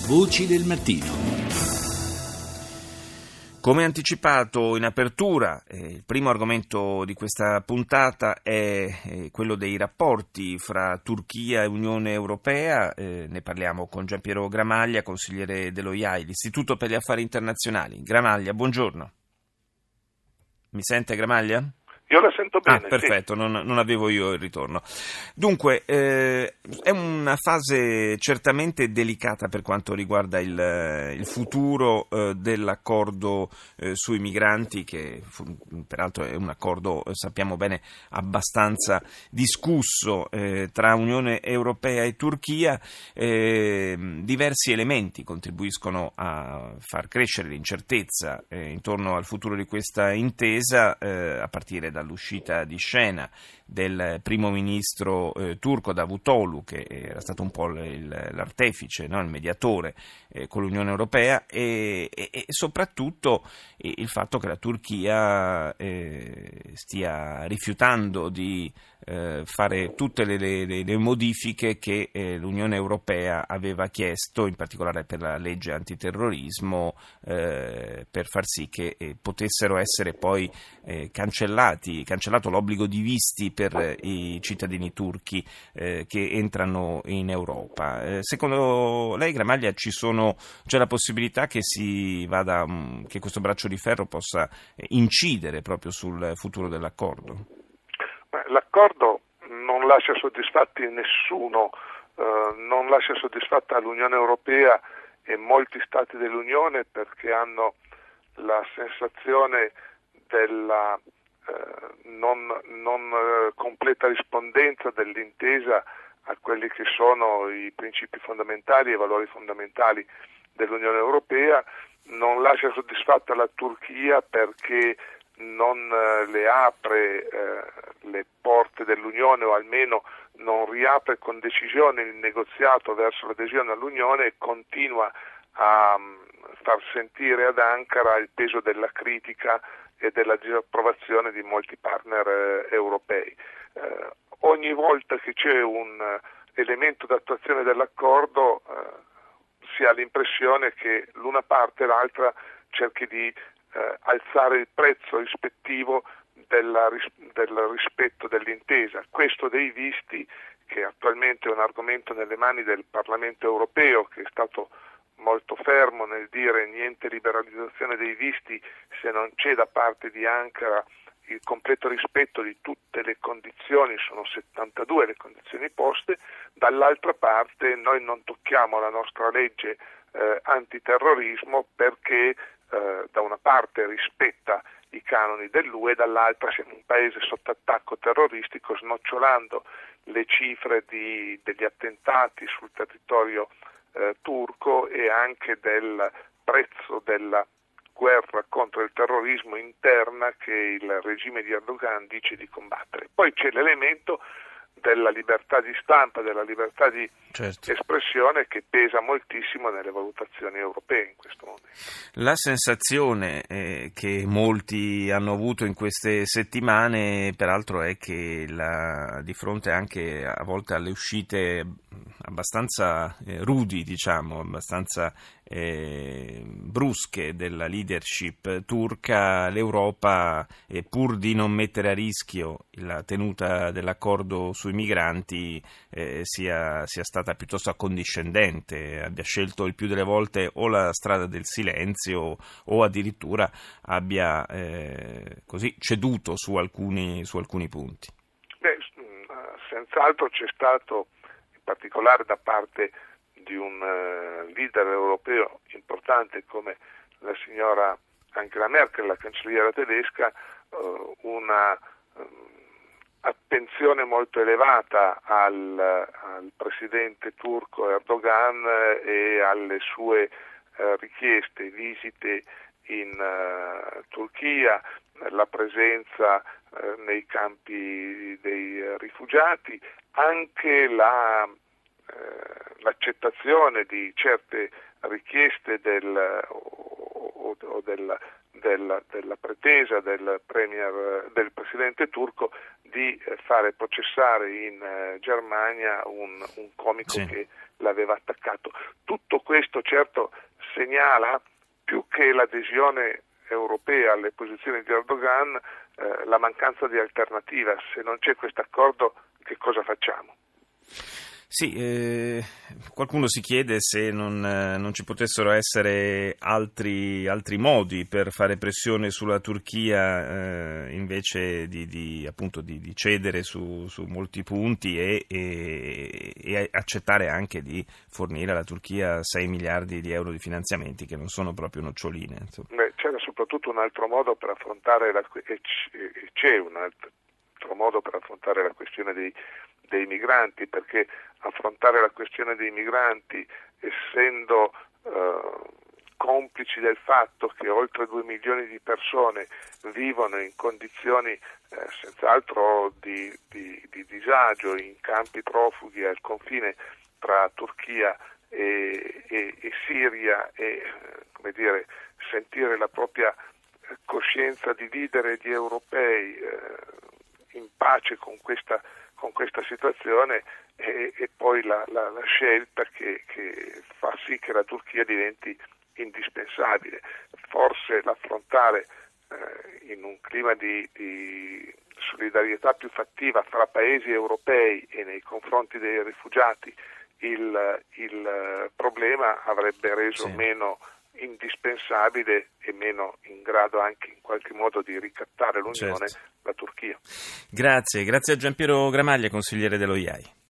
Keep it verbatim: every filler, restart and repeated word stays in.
Voci del mattino. Come anticipato in apertura, eh, il primo argomento di questa puntata è eh, quello dei rapporti fra Turchia e Unione Europea. Eh, ne parliamo con Giampiero Gramaglia, consigliere dello I A I, l'Istituto per gli Affari Internazionali. Gramaglia, buongiorno. Mi sente, Gramaglia? Io la sento bene. Ah, perfetto, sì. non, non avevo io il ritorno. Dunque, eh, è una fase certamente delicata per quanto riguarda il, il futuro eh, dell'accordo eh, sui migranti, che fu, peraltro è un accordo, eh, sappiamo bene, abbastanza discusso eh, tra Unione Europea e Turchia. Eh, diversi elementi contribuiscono a far crescere l'incertezza eh, intorno al futuro di questa intesa, eh, a partire da dall'uscita di scena del primo ministro eh, turco Davutoglu, che era stato un po' il, l'artefice, no? il mediatore eh, con l'Unione Europea, e, e, e soprattutto eh, il fatto che la Turchia eh, stia rifiutando di eh, fare tutte le, le, le modifiche che eh, l'Unione Europea aveva chiesto, in particolare per la legge antiterrorismo, eh, per far sì che eh, potessero essere poi eh, cancellati, cancellato l'obbligo di visti per eh, i cittadini turchi eh, che entrano in Europa. Eh, secondo lei, Gramaglia, ci sono, c'è la possibilità che si vada, mh, che questo braccio di ferro possa eh, incidere proprio sul futuro dell'accordo? L'accordo non lascia soddisfatti nessuno, eh, non lascia soddisfatta l'Unione Europea e molti Stati dell'Unione, perché hanno la sensazione della eh, non, non eh, completa rispondenza dell'intesa a quelli che sono i principi fondamentali e i valori fondamentali dell'Unione Europea. Non lascia soddisfatta la Turchia perché non eh, le apre eh, le porte dell'Unione, o almeno non riapre con decisione il negoziato verso l'adesione all'Unione, e continua a um, far sentire ad Ankara il peso della critica e della disapprovazione di molti partner eh, europei. Eh, ogni volta che c'è un uh, elemento d'attuazione dell'accordo uh, si ha l'impressione che l'una parte e l'altra cerchi di eh, alzare il prezzo rispettivo della, del rispetto dell'intesa. Questo dei visti, che attualmente è un argomento nelle mani del Parlamento europeo, che è stato molto fermo nel dire niente liberalizzazione dei visti se non c'è da parte di Ankara il completo rispetto di tutte le condizioni, sono settantadue le condizioni poste. Dall'altra parte noi non tocchiamo la nostra legge eh, antiterrorismo perché eh, da una parte rispetta i canoni dell'U E, dall'altra siamo un paese sotto attacco terroristico, snocciolando le cifre di, degli attentati sul territorio eh, turco e anche del prezzo della guerra contro il terrorismo interna che il regime di Erdogan dice di combattere. Poi c'è l'elemento della libertà di stampa, della libertà di certo. espressione, che pesa moltissimo nelle valutazioni europee in questo momento. La sensazione eh, che molti hanno avuto in queste settimane, peraltro, è che la, di fronte anche a volte alle uscite abbastanza eh, rudi, diciamo, abbastanza eh, brusche della leadership turca, l'Europa, eh, pur di non mettere a rischio la tenuta dell'accordo sui migranti, eh, sia, sia stata piuttosto accondiscendente, abbia scelto il più delle volte o la strada del silenzio o addirittura abbia eh, così ceduto su alcuni, su alcuni punti. Beh, senz'altro c'è stato, in particolare da parte di un uh, leader europeo importante come la signora Angela Merkel, la cancelliera tedesca, uh, una um, attenzione molto elevata al, al presidente turco Erdogan e alle sue uh, richieste, visite in uh, Turchia, la presenza uh, nei campi dei uh, rifugiati, anche la, uh, l'accettazione di certe richieste del, o, o del, della, della pretesa del premier, del presidente turco di fare processare in uh, Germania un, un comico sì. che l'aveva attaccato. Tutto questo certo segnala, più che l'adesione europea alle posizioni di Erdogan, eh, la mancanza di alternativa. Se non c'è questo accordo, che cosa facciamo? Sì, eh, qualcuno si chiede se non, eh, non ci potessero essere altri, altri modi per fare pressione sulla Turchia, eh, invece di, di, appunto di, di cedere su, su molti punti e, e, e accettare anche di fornire alla Turchia sei miliardi di euro di finanziamenti, che non sono proprio noccioline. Beh, c'era soprattutto un altro modo per affrontare la, e c'è un altro modo per affrontare la questione dei dei migranti, perché affrontare la questione dei migranti essendo eh, complici del fatto che oltre due milioni di persone vivono in condizioni eh, senz'altro di, di, di disagio in campi profughi al confine tra Turchia e, e, e Siria e come dire, sentire la propria coscienza di leader e di europei eh, in pace con questa con questa situazione e, e poi la, la, la scelta che, che fa sì che la Turchia diventi indispensabile. Forse l'affrontare eh, in un clima di, di solidarietà più fattiva fra paesi europei e nei confronti dei rifugiati il, il problema avrebbe reso sì. meno indispensabile e meno in grado anche in qualche modo di ricattare l'Unione, certo. la Turchia. Grazie, grazie a Giampiero Gramaglia, consigliere dello I A I.